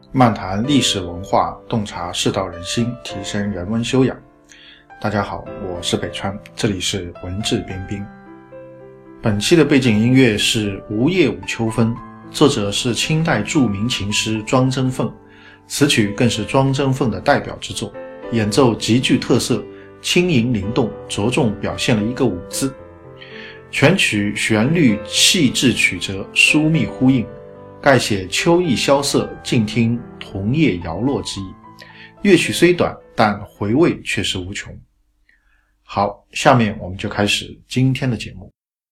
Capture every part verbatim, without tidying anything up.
漫谈历史文化，洞察世道人心，提升人文修养。大家好，我是北川，这里是文质彬彬。本期的背景音乐是《无叶舞秋分》，作者是清代著名琴师庄真凤，此曲更是庄真凤的代表之作，演奏极具特色，轻盈灵动，着重表现了一个舞字。全曲旋律细致曲折，疏密呼应，概写秋意萧瑟，静听桐叶摇落之意。乐曲虽短，但回味却是无穷。好，下面我们就开始今天的节目。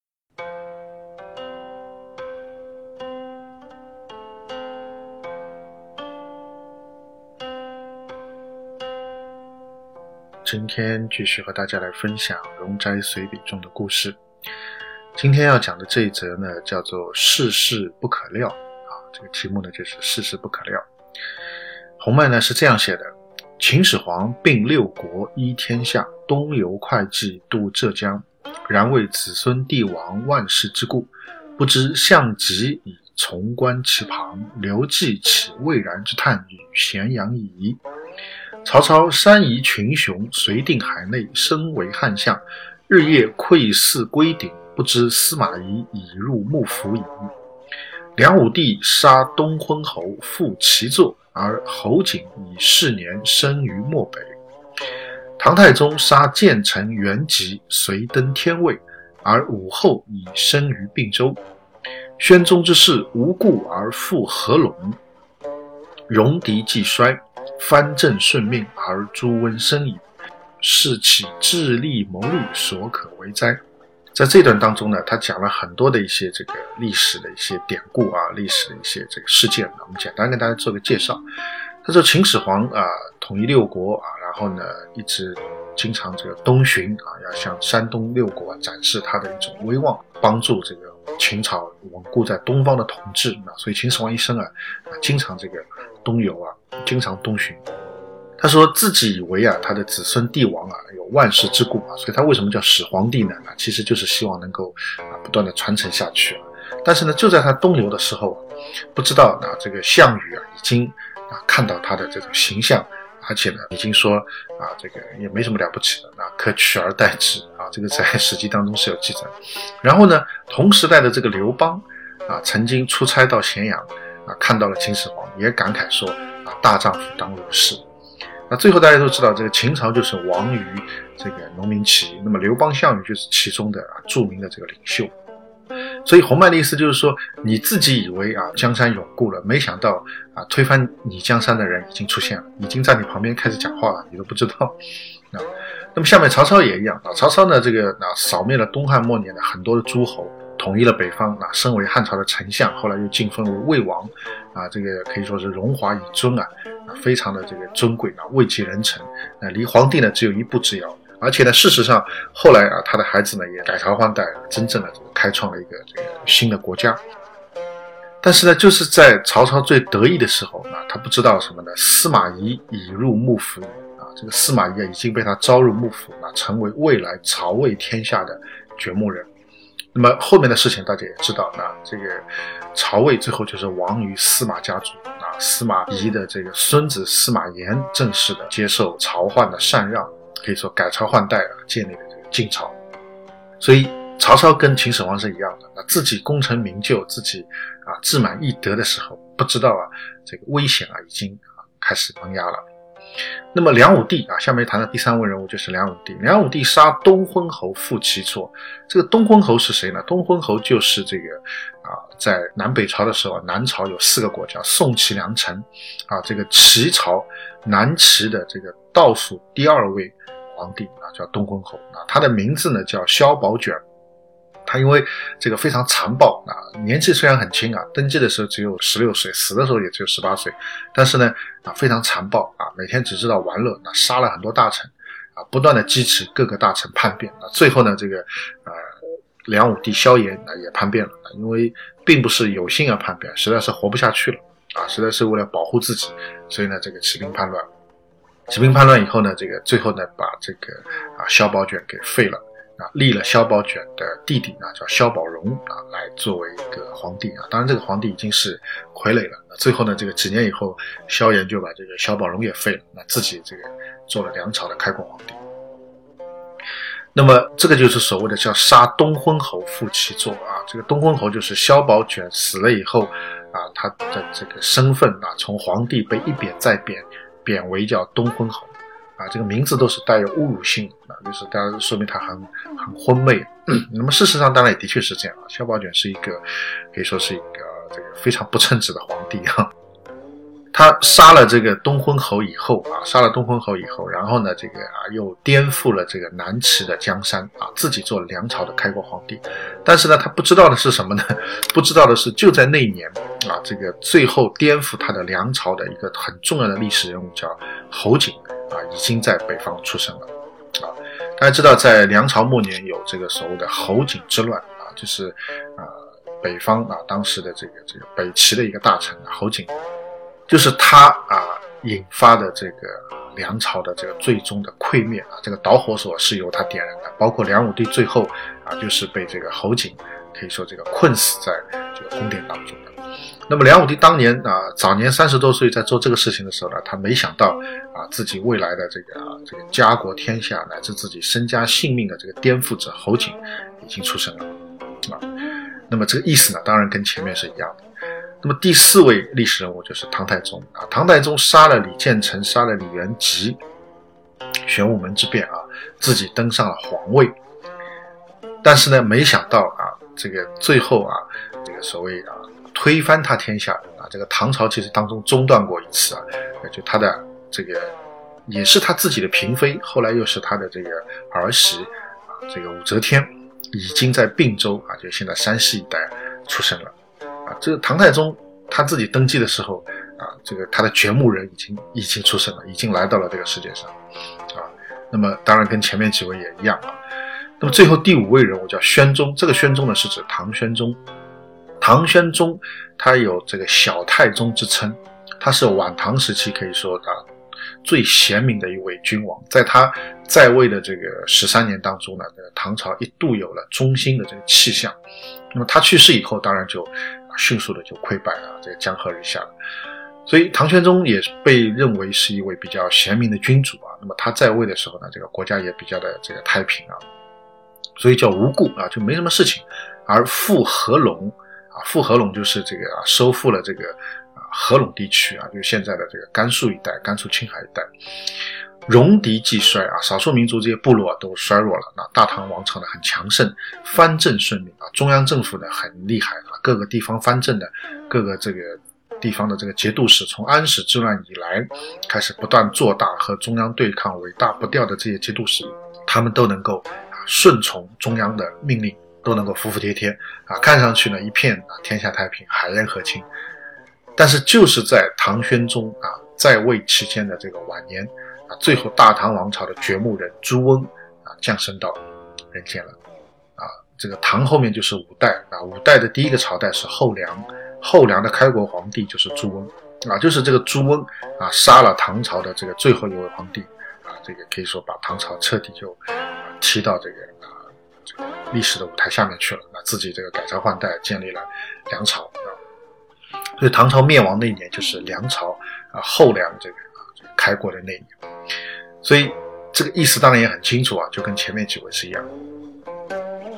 今天继续和大家来分享《容斋随笔》中的故事。今天要讲的这一则呢，叫做世事不可料啊，这个题目呢就是世事不可料。洪迈呢是这样写的：秦始皇并六国依天下，东游会稽渡浙江，然为子孙帝王万世之故，不知项籍以从观其旁，刘季起蔚然之叹与咸阳矣。曹操山夷群雄，随定海内，身为汉相，日夜窥伺归鼎，不知司马懿已入幕府矣。梁武帝杀东昏侯，复其座，而侯景以四年生于漠北。唐太宗杀谏臣元吉，随登天位，而武后已生于并州。宣宗之事无故而复合拢，戎狄既衰，藩镇顺命，而诸瘟生矣。是其智力谋虑，所可为哉。在这段当中呢，他讲了很多的一些这个历史的一些典故啊，历史的一些这个事件，我们简单跟大家做个介绍。他说秦始皇啊统一六国啊，然后呢一直经常这个东巡啊，要向山东六国、啊、展示他的一种威望，帮助这个秦朝稳固在东方的统治啊，所以秦始皇一生啊啊经常这个东游啊，经常东巡。他说自己以为啊他的子孙帝王啊有万世之故啊，所以他为什么叫始皇帝呢？其实就是希望能够啊不断的传承下去啊。但是呢，就在他东游的时候啊，不知道啊这个项羽啊已经啊看到他的这种形象，而且呢已经说啊这个也没什么了不起的，那可取而代之啊，这个在史记当中是有记载。然后呢，同时代的这个刘邦啊曾经出差到咸阳啊，看到了秦始皇，也感慨说啊大丈夫当如是。那最后大家都知道，这个秦朝就是亡于这个农民起义，那么刘邦、项羽就是其中的啊著名的这个领袖。所以洪迈的意思就是说，你自己以为啊江山永固了，没想到啊推翻你江山的人已经出现了，已经在你旁边开始讲话了，你都不知道啊。那么下面曹操也一样啊，曹操呢这个啊扫灭了东汉末年的很多的诸侯，统一了北方啊，身为汉朝的丞相，后来又晋封为魏王啊，这个可以说是荣华以尊啊，啊非常的这个尊贵啊，位极人臣啊，离皇帝呢只有一步之遥。而且呢，事实上后来啊，他的孩子呢也改朝换代，真正的这个开创了一个这个新的国家。但是呢，就是在曹操最得意的时候啊，他不知道什么呢？司马懿已入幕府矣啊，这个司马懿啊已经被他招入幕府啊，成为未来曹魏天下的掘墓人。那么后面的事情大家也知道，那这个曹魏最后就是亡于司马家族啊，司马懿的这个孙子司马炎正式的接受曹奂的禅让，可以说改朝换代啊，建立了这个晋朝。所以曹操跟秦始皇是一样的，那自己功成名就，自己啊自满意得的时候，不知道啊这个危险啊已经啊开始萌芽了。那么梁武帝啊，下面谈的第三位人物就是梁武帝。梁武帝杀东昏侯，复其座。这个东昏侯是谁呢？东昏侯就是这个啊，在南北朝的时候，南朝有四个国家，宋齐梁陈啊，这个齐朝南齐的这个倒数第二位皇帝啊，叫东昏侯啊，他的名字呢叫萧宝卷。他因为这个非常残暴啊，年纪虽然很轻啊，登基的时候只有十六岁，死的时候也只有十八岁，但是呢啊非常残暴啊，每天只知道玩乐，那杀了很多大臣啊，不断的激起各个大臣叛变啊，最后呢这个呃梁武帝萧衍啊也叛变了，因为并不是有心而叛变，实在是活不下去了啊，实在是为了保护自己，所以呢这个起兵叛乱。起兵叛乱以后呢，这个最后呢把这个啊萧宝卷给废了。 啊，立了萧宝卷的弟弟啊，叫萧宝融啊，来作为一个皇帝啊。当然，这个皇帝已经是傀儡了。那最后呢，这个几年以后，萧衍就把这个萧宝融也废了，那自己这个做了梁朝的开国皇帝。那么这个就是所谓的叫杀东昏侯复其座啊。这个东昏侯就是萧宝卷死了以后啊，他的这个身份啊，从皇帝被一贬再贬，贬为叫东昏侯。啊，这个名字都是带有侮辱性啊，就是当然说明他很很昏昧。那么事实上当然也的确是这样啊，萧宝卷是一个可以说是一个这个非常不称职的皇帝啊。他杀了这个东昏侯以后啊，杀了东昏侯以后，然后呢，这个啊又颠覆了这个南齐的江山啊，自己做了梁朝的开国皇帝。但是呢，他不知道的是什么呢？不知道的是，就在那一年啊，这个最后颠覆他的梁朝的一个很重要的历史人物叫侯景啊，已经在北方出生了啊。大家知道，在梁朝末年有这个所谓的侯景之乱啊，就是啊北方啊当时的这个这个北齐的一个大臣啊侯景。就是他啊引发的这个梁朝的这个最终的溃灭啊，这个导火索是由他点燃的，包括梁武帝最后啊就是被这个侯景可以说这个困死在这个宫殿当中的。那么梁武帝当年啊早年三十多岁在做这个事情的时候呢，他没想到啊自己未来的这个啊这个家国天下乃至自己身家性命的这个颠覆者侯景已经出生了啊。那么这个意思呢，当然跟前面是一样的。那么第四位历史人物就是唐太宗啊，唐太宗杀了李建成，杀了李元吉，玄武门之变啊，自己登上了皇位。但是呢，没想到啊，这个最后啊，这个所谓啊推翻他天下啊，这个唐朝其实当中中断过一次啊，就他的这个也是他自己的嫔妃，后来又是他的这个儿媳啊，这个武则天已经在并州啊，就现在山西一带出生了。啊，这个唐太宗他自己登基的时候啊，这个他的掘墓人已经已经出生了，已经来到了这个世界上啊。那么当然跟前面几位也一样啊。那么最后第五位人物叫宣宗，这个宣宗呢是指唐宣宗。唐宣宗他有这个小太宗之称，他是晚唐时期可以说啊最贤明的一位君王，在他在位的这个十三年当中呢，唐朝一度有了中兴的这个气象。那么他去世以后，当然就、啊、迅速的就溃败了，这个江河日下了。所以唐玄宗也被认为是一位比较贤明的君主啊。那么他在位的时候呢，这个国家也比较的这个太平啊，所以叫无故啊，就没什么事情。而复合拢啊，复合拢就是这个啊，收复了这个啊合拢地区啊，就是现在的这个甘肃一带、甘肃青海一带。戎狄既衰啊，少数民族这些部落、啊、都衰弱了。那大唐王朝呢很强盛，藩镇顺利啊，中央政府呢很厉害啊，各个地方藩镇的各个这个地方的这个节度使，从安史之乱以来开始不断做大和中央对抗、尾大不掉的这些节度使，他们都能够啊顺从中央的命令，都能够服服帖帖啊，看上去呢一片啊天下太平、海晏和亲。但是就是在唐宣宗啊在位期间的这个晚年啊，最后大唐王朝的掘墓人朱温啊降生到人间了啊。这个唐后面就是五代啊，五代的第一个朝代是后梁，后梁的开国皇帝就是朱温啊，就是这个朱温啊杀了唐朝的这个最后一位皇帝啊，这个可以说把唐朝彻底就啊踢到这个啊这个历史的舞台下面去了，那自己这个改朝换代建立了梁朝啊。所以唐朝灭亡那一年就是梁朝啊后梁这个啊这个开国的那一年，所以这个意思当然也很清楚啊，就跟前面几位是一样的。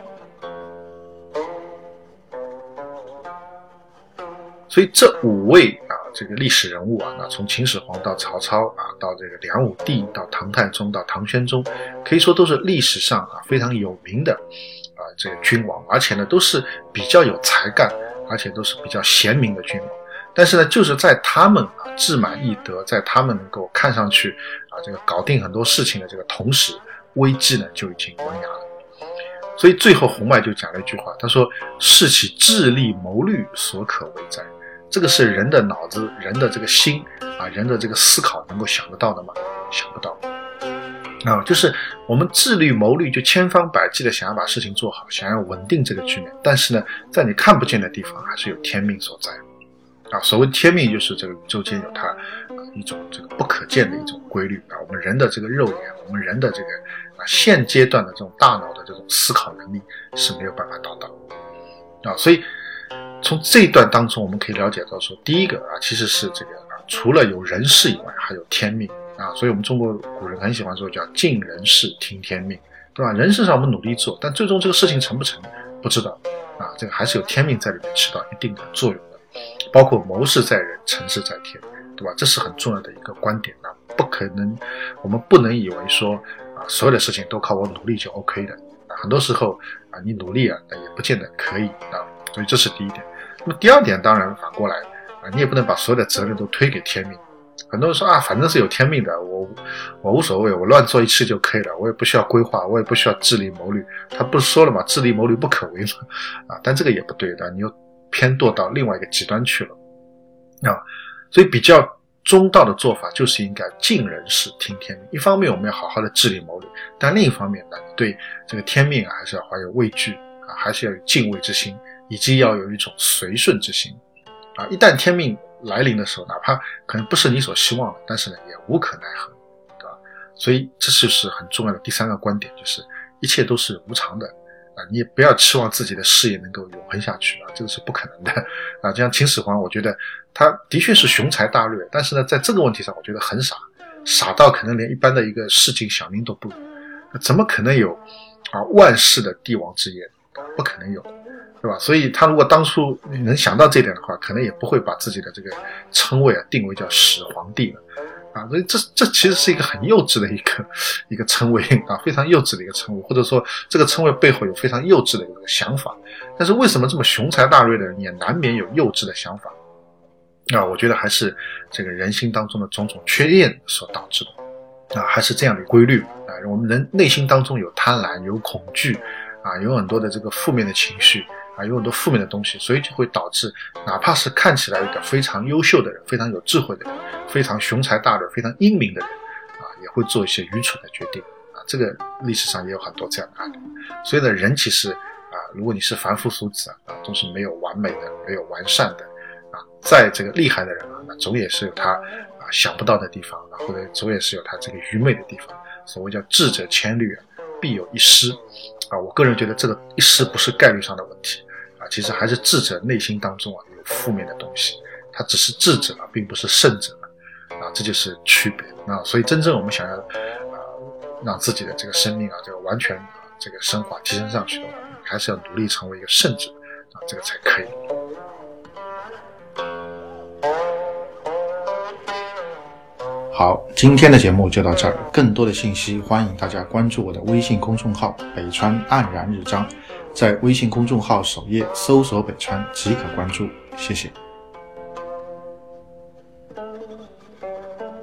所以这五位啊这个历史人物啊，那从秦始皇到曹操啊，到这个梁武帝，到唐太宗，到唐宣宗，可以说都是历史上啊非常有名的啊这个君王，而且呢都是比较有才干，而且都是比较贤明的君王。但是呢，就是在他们啊志满义德，在他们能够看上去啊这个搞定很多事情的这个同时，危机呢就已经萌芽了。所以最后洪迈就讲了一句话，他说：“视其智力谋虑所可为哉。”这个是人的脑子、人的这个心啊、人的这个思考能够想得到的吗？想不到啊！就是我们智虑谋虑，就千方百计的想要把事情做好，想要稳定这个局面，但是呢，在你看不见的地方，还是有天命所在。 啊，所谓天命就是这个宇宙间有它、啊、一种这个不可见的一种规律啊，我们人的这个肉眼，我们人的这个啊现阶段的这种大脑的这种思考能力是没有办法达到啊，所以从这一段当中我们可以了解到说，第一个啊其实是这个、啊、除了有人事以外还有天命啊，所以我们中国古人很喜欢说叫尽人事听天命，对吧？人事上我们努力做，但最终这个事情成不成不知道啊，这个还是有天命在里面起到一定的作用的，包括谋事在人，成事在天，对吧？这是很重要的一个观点啊，不可能，我们不能以为说啊，所有的事情都靠我努力就 OK 的啊，很多时候啊，你努力啊，也不见得可以啊，所以这是第一点。那么第二点，当然反过来啊，你也不能把所有的责任都推给天命。很多人说啊，反正是有天命的，我我无所谓，我乱做一次就可以了，我也不需要规划，我也不需要智力谋虑。他不是说了吗？智力谋虑不可为嘛，啊，但这个也不对的，你又偏堕到另外一个极端去了啊。所以比较中道的做法就是应该尽人事听天命。一方面我们要好好的智力谋虑，但另一方面呢，对这个天命啊，还是要怀有畏惧啊，还是要有敬畏之心，以及要有一种随顺之心啊。一旦天命来临的时候，哪怕可能不是你所希望的，但是呢也无可奈何，对吧？所以这就是很重要的第三个观点，就是一切都是无常的啊，你也不要期望自己的事业能够永恒下去啊，这个是不可能的啊。就像秦始皇，我觉得他的确是雄才大略，但是呢在这个问题上我觉得很傻，傻到可能连一般的一个市井小民都不如，怎么可能有啊万世的帝王之业？不可能有，对吧？所以他如果当初能想到这点的话，可能也不会把自己的这个称谓啊定为叫始皇帝了啊。所以这这其实是一个很幼稚的一个一个称谓啊，非常幼稚的一个称谓，或者说这个称谓背后有非常幼稚的一个想法。但是为什么这么雄才大略的人也难免有幼稚的想法啊？我觉得还是这个人心当中的种种缺陷所导致的啊，还是这样的规律啊。我们人内心当中有贪婪，有恐惧啊，有很多的这个负面的情绪啊，有很多负面的东西，所以就会导致哪怕是看起来一个非常优秀的人，非常有智慧的人，非常雄才大略，非常英明的人啊，也会做一些愚蠢的决定啊。这个历史上也有很多这样的案例。所以呢，人其实啊，如果你是凡夫俗子啊，都是没有完美的，没有完善的啊。再这个厉害的人啊，那总也是有他啊想不到的地方啊，或者总也是有他这个愚昧的地方。所谓叫智者千虑啊，必有一失啊。我个人觉得这个一失不是概率上的问题啊，其实还是智者内心当中啊有负面的东西，他只是智者啊，并不是圣者啊，这就是区别啊。所以真正我们想要啊让自己的这个生命啊这个完全啊这个升华提升上去的话，还是要努力成为一个圣者啊，这个才可以。好，今天的节目就到这儿，更多的信息欢迎大家关注我的微信公众号北川黯然日章，在微信公众号首页搜索北川即可关注，谢谢。